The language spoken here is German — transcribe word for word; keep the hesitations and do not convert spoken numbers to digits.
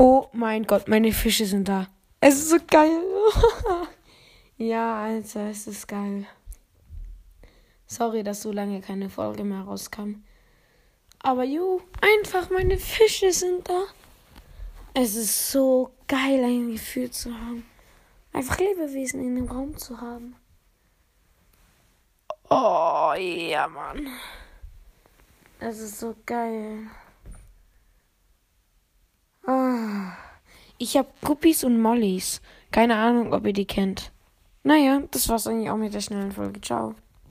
Oh mein Gott, meine Fische sind da. Es ist so geil. Ja, Alter, es ist geil. Sorry, dass so lange keine Folge mehr rauskam. Aber jo, einfach meine Fische sind da. Es ist so geil, ein Gefühl zu haben. Einfach Lebewesen in dem Raum zu haben. Oh, ja, Mann. Es ist so geil. Oh. Ich habe Guppies und Mollys. Keine Ahnung, ob ihr die kennt. Naja, das war's eigentlich auch mit der schnellen Folge. Ciao.